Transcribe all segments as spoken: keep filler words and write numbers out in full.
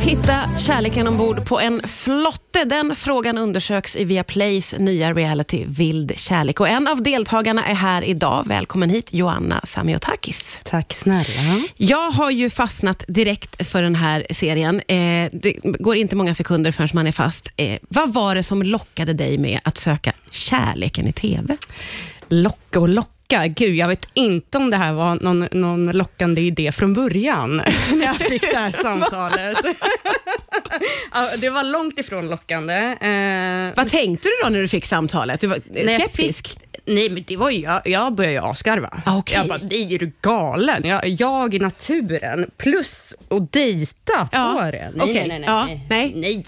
Hitta kärleken ombord på en flotte. Den frågan undersöks i Viaplays nya reality Vild kärlek. Och en av deltagarna är här idag. Välkommen hit, Joanna Samiotakis. Tack snälla. Jag har ju fastnat direkt för den här serien. Eh, det går inte många sekunder förrän man är fast. Eh, vad var det som lockade dig med att söka kärleken i tv? Locka och locka. Gud, jag vet inte om det här var någon, någon lockande idé från början när jag fick det här samtalet. Ja, det var långt ifrån lockande. Eh, Vad tänkte du då när du fick samtalet? Du var skeptisk? Fick, nej, men det var ju, jag, jag började ju asgarva. Ah, okay. Jag bara, nej, är du galen? Jag, jag i naturen, plus att dejta ja. på det. Nej, okay. nej, nej, ja. nej. nej. nej.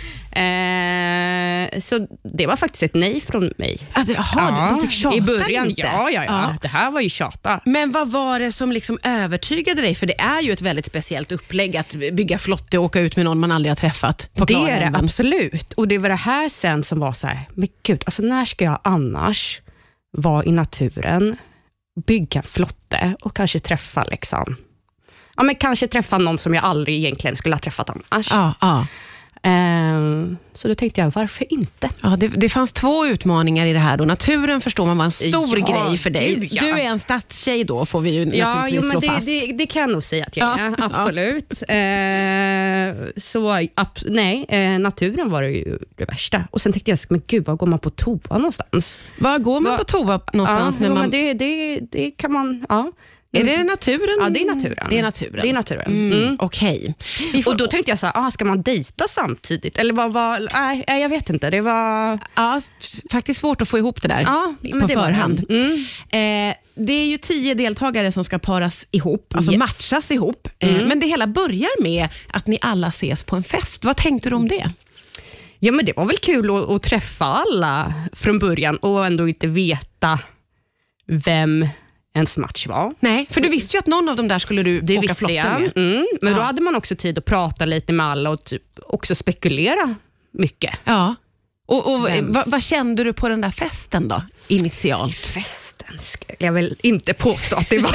Eh, så det var faktiskt ett nej från mig. Alltså, jaha, ja, du fick tjata i början, lite. Ja, ja, ja, ja. Det här var ju tjata. Men vad var det som liksom övertygade dig? För det är ju ett väldigt speciellt upplägg att bygga flotte och åka ut med någon man aldrig har träffat på Det är det, Klarälven. absolut. Och det var det här sen som var så här, men gud, alltså när ska jag annars vara i naturen, bygga en flotte och kanske träffa liksom, ja men kanske träffa någon som jag aldrig egentligen skulle ha träffat annars. Ja, ja. Um, så då tänkte jag, varför inte? Ja, det, det fanns två utmaningar i det här då. Naturen förstår man var en stor ja, grej för dig. Gud, ja. Du är en stadstjej då, får vi ju ja, naturligtvis jo, men slå det, fast. Det, det kan jag nog säga att jag är, ja, absolut. Ja. Uh, så ab- nej, uh, naturen var det ju det värsta. Och sen tänkte jag, men gud, var går man på toa någonstans? Var går man var, på toa någonstans? Ja, när jo, man... men det, det, det kan man, ja. Är det naturen? Ja, det är naturen. Det är naturen. Det är naturen. Mm, mm. Okej. Okay. Får... Och då tänkte jag så här, ah, ska man dejta samtidigt? Eller vad var, nej, jag vet inte. Det var... Ja, faktiskt svårt att få ihop det där ja, på det förhand. Mm. Eh, det är ju tio deltagare som ska paras ihop, alltså yes. matchas ihop. Eh, mm. Men det hela börjar med att ni alla ses på en fest. Vad tänkte du om det? Ja, men det var väl kul att, att träffa alla från början och ändå inte veta vem ens match var. Nej, för du visste ju att någon av dem där skulle du det åka flotte med. Mm, men ja. Då hade man också tid att prata lite med alla och typ också spekulera mycket. Ja. Och, och vad, vad kände du på den där festen då, initialt? Festen ska jag väl inte påstå att det var.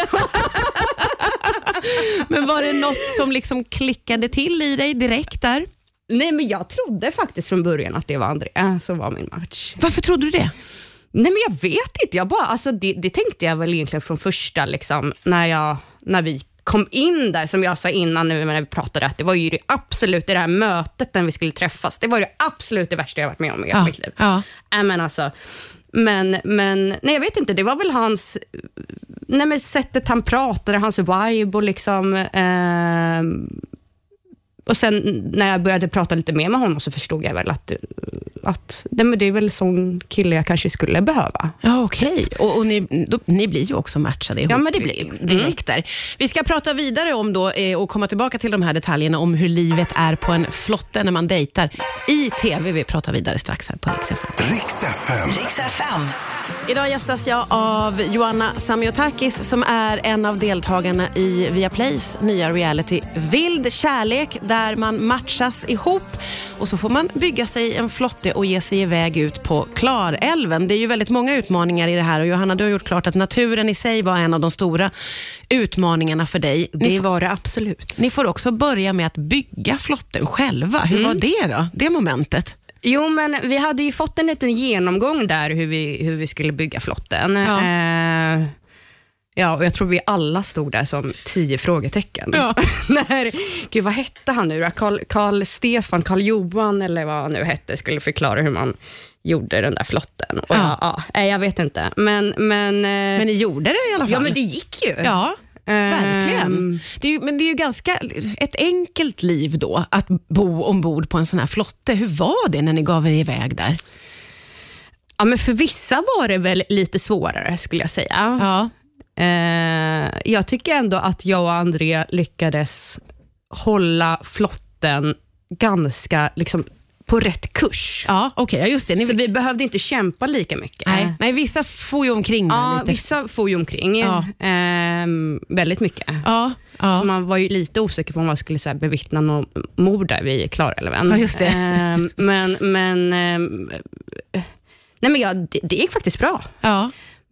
Men var det något som liksom klickade till i dig direkt där? Nej, men jag trodde faktiskt från början att det var Andrea som var min match. Varför trodde du det? Nej, men jag vet inte. Jag bara, alltså det, det tänkte jag väl egentligen från första, liksom, när, jag, när vi kom in där, som jag sa innan nu när vi pratade, att det var ju det absolut, det här mötet när vi skulle träffas, det var det absolut det värsta jag varit med om i ja, mitt liv. Ja. Äh, men alltså, men, men nej, jag vet inte, det var väl hans, nej, men sättet han pratade, hans vibe och liksom, eh, och sen när jag började prata lite mer med honom så förstod jag väl att, att nej, men det är väl sån kille jag kanske skulle behöva. Ja, okej. Okay. Och, och ni, då, ni blir ju också matchade ihop. Ja, men det blir direkt där. Vi ska prata vidare om då eh, och komma tillbaka till de här detaljerna om hur livet är på en flotte när man dejtar i tv. Vi pratar vidare strax här på Rix F M. Rix F M. Rix F M. Idag gästas jag av Joanna Samiotakis som är en av deltagarna i Viaplays nya reality Vild kärlek, där man matchas ihop och så får man bygga sig en flotte och ge sig iväg ut på Klarälven. Det är ju väldigt många utmaningar i det här och Johanna, du har gjort klart att naturen i sig var en av de stora utmaningarna för dig. Det ni var det absolut. Ni får också börja med att bygga flotten själva. Hur mm. var det då? Det momentet? Jo, men vi hade ju fått en liten genomgång där hur vi, hur vi skulle bygga flotten. Ja. Eh, ja, och jag tror vi alla stod där som tio frågetecken. Ja. När, gud, vad hette han nu? Karl, Karl Stefan, Karl Johan eller vad han nu hette skulle förklara hur man gjorde den där flotten. Och ja. Ja, ja, jag vet inte. Men, men, men ni gjorde det i alla fall. Ja, men det gick ju. Ja. Verkligen. Det är ju, men det är ju ganska ett enkelt liv då att bo ombord på en sån här flotte. Hur var det när ni gav er iväg där? Ja, men för vissa var det väl lite svårare skulle jag säga. Ja. Eh, jag tycker ändå att jag och Andrea lyckades hålla flotten ganska liksom på rätt kurs. Ja, okej, okay, just det. Ni... Så vi behövde inte kämpa lika mycket. Nej, nej vissa får ju omkring där ja, lite. vissa får ju omkring ja. eh, väldigt mycket. Ja, ja. Så man var ju lite osäker på om man skulle så här, bevittna någon mord där vid Klarälven. Ja, just det. Eh, men men, eh, nej, men ja, det, det gick faktiskt bra. Ja.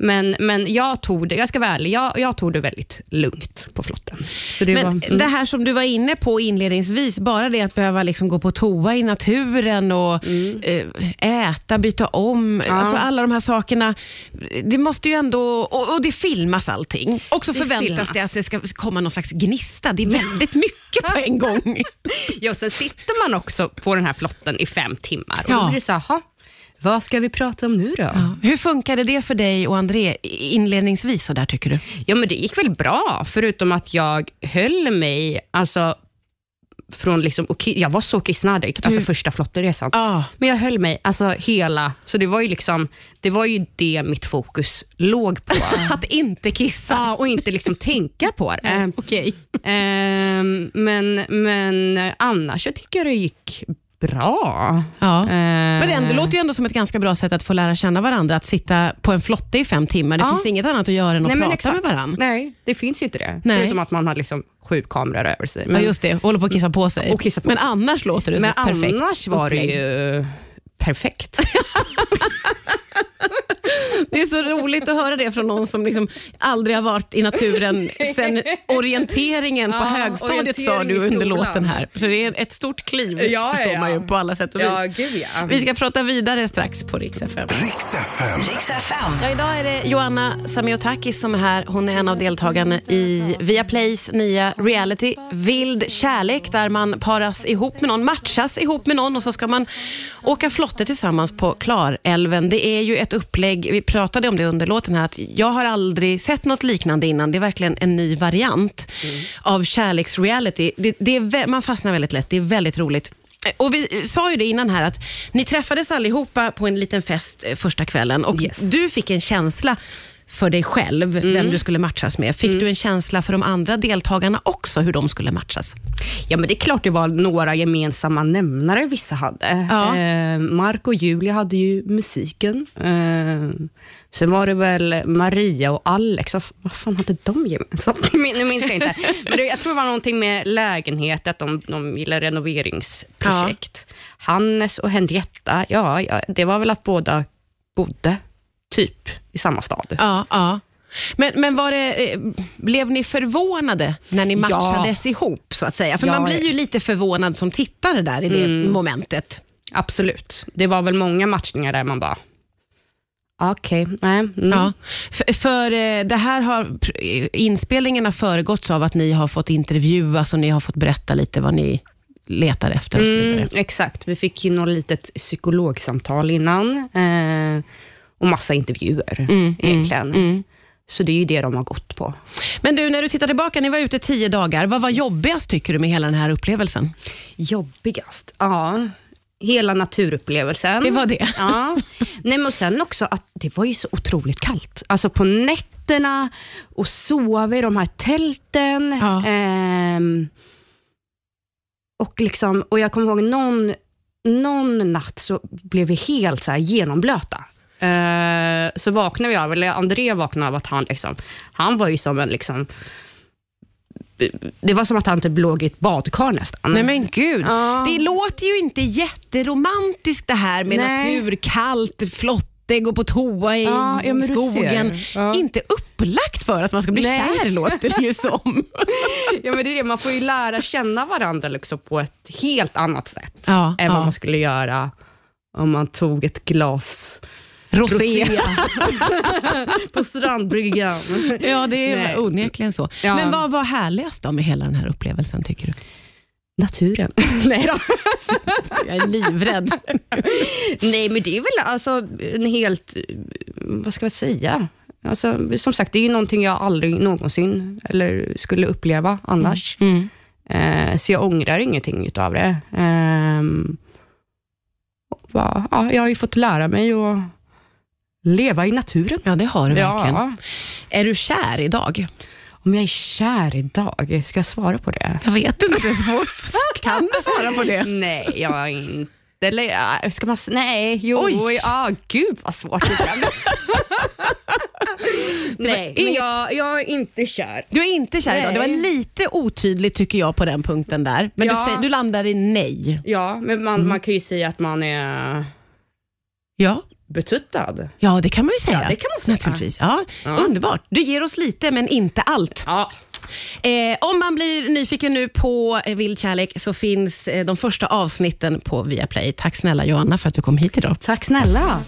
Men, men jag tog det, jag ska vara ärlig, jag, jag tog det väldigt lugnt på flotten. Så det, men var, mm. det här som du var inne på inledningsvis, bara det att behöva liksom gå på toa i naturen och mm. äh, äta, byta om, ja. Alltså alla de här sakerna, det måste ju ändå, och, och det filmas allting. Och så det förväntas filmas. det att det ska komma någon slags gnista, det är väldigt mycket på en gång. Ja, så sitter man också på den här flotten i fem timmar och ja. då blir det så här, vad ska vi prata om nu då? Ja. Hur funkade det för dig och André inledningsvis så där tycker du? Ja, men det gick väl bra, förutom att jag höll mig, alltså från liksom, okay, jag var så kissnödig, alltså första flotteresan. Ah. Men jag höll mig, alltså hela, så det var ju liksom, det var ju det mitt fokus låg på. Att inte kissa. Ja, och inte liksom tänka på det. Mm, okej. Okay. Um, men, men annars jag tycker det gick bra. Ja. Uh, men det ändå låter ju ändå som ett ganska bra sätt att få lära känna varandra, att sitta på en flotte i fem timmar. Det ja. finns inget annat att göra än att Nej, prata med varandra. Nej, det finns ju inte det. Nej. Förutom att man har liksom sju kameror över sig. Men, ja, just det. Håller på att kissa på sig. Och kissa på men annars låter det som men perfekt. Men annars var det ju perfekt. Det är så roligt att höra det från någon som liksom aldrig har varit i naturen sen orienteringen på ja, högstadiet, sa du under låten här. Så det är ett stort kliv, ja, förstår ja. man ju på alla sätt och vis. Ja, gud, ja. Vi ska prata vidare strax på Rix F M. Rix F M. Rix F M. Ja, idag är det Joanna Samiotakis som är här. Hon är en av deltagarna i Viaplays nya reality Vild kärlek, där man paras ihop med någon, matchas ihop med någon och så ska man åka flotte tillsammans på Klarälven. Det är ju ett upplägg, vi pratade om det under låten här, att jag har aldrig sett något liknande innan. Det är verkligen en ny variant mm. av kärleksreality. Det, det är, man fastnar väldigt lätt, det är väldigt roligt. Och vi sa ju det innan här att ni träffades allihopa på en liten fest första kvällen och yes. du fick en känsla för dig själv, mm. vem du skulle matchas med. Fick mm. du en känsla för de andra deltagarna också, hur de skulle matchas? Ja, men det är klart det var några gemensamma nämnare vissa hade. Ja. Eh, Mark och Julia hade ju musiken. Eh, sen var det väl Maria och Alex. Vad, vad fan hade de gemensamt? Nu minns jag inte. Men det, jag tror det var någonting med lägenhet, att de, de gillar renoveringsprojekt. Ja. Hannes och Henrietta, ja, ja, det var väl att båda bodde typ i samma stad. Ja, ja. Men, men var det, blev ni förvånade när ni matchades ja. ihop så att säga? För ja, man blir ju lite förvånad som tittare där i det mm. momentet. Absolut. Det var väl många matchningar där man bara okej, okay. nej. Mm. Ja. För, för det här har, inspelningen har föregåtts av att ni har fått intervjuas och ni har fått berätta lite vad ni letar efter och så vidare. Mm, exakt. Vi fick ju något litet psykologsamtal innan. Eh, och massa intervjuer mm, egentligen. Mm, mm. Så det är ju det de har gått på. Men du, när du tittar tillbaka, ni var ute tio dagar. Vad var jobbigast tycker du med hela den här upplevelsen? Jobbigast? Ja, hela naturupplevelsen. Det var det? Ja. Nej, men sen också att det var ju så otroligt kallt. Alltså på nätterna och sova i de här tälten. Ja. Ehm, och liksom, och jag kommer ihåg någon, någon natt så blev vi helt så här genomblöta. Uh, så vaknade vi av, eller André vaknade av att han liksom, han var ju som en liksom, det var som att han typ låg i ett badkar nästan. Nej men gud, uh. det låter ju inte jätteromantiskt det här med Nej. natur, kallt, flotte, gå på toa i uh, ja, skogen. Uh. Inte upplagt för att man ska bli Nej. kär, låter det ju som. Ja, men det är det, man får ju lära känna varandra liksom på ett helt annat sätt uh, än uh. vad man skulle göra om man tog ett glas Rosé. Rosé. På strandbryggan. Ja, det är Nej. onekligen så. Ja. Men vad var härligast då med hela den här upplevelsen, tycker du? Naturen. Nej då. Jag är livrädd. Nej, men det är väl alltså en helt, vad ska jag säga? Alltså, som sagt, det är ju någonting jag aldrig någonsin eller skulle uppleva annars. Mm. Eh, så jag ångrar ingenting utav det. Eh, va, ja, jag har ju fått lära mig att leva i naturen. Ja, det har du verkligen. Ja. Är du kär idag? Om jag är kär idag, ska jag svara på det? Jag vet inte. Kan du svara på det? Nej, jag är inte. Eller, ska man, nej, jo, ja, gud vad svårt det är. Nej, men jag, jag är inte kär. Du är inte kär nej. idag. Det var lite otydligt tycker jag på den punkten där. Men ja. du, säger, du landar i nej. Ja, men man, mm. man kan ju säga att man är... Ja. betuttad. Ja, det kan man ju säga. Ja, det kan man säga. Naturligtvis. Ja, Ja. Underbart. Du ger oss lite, men inte allt. Ja. Eh, om man blir nyfiken nu på eh, Vild kärlek så finns eh, de första avsnitten på Viaplay. Tack snälla Joanna för att du kom hit idag. Tack snälla.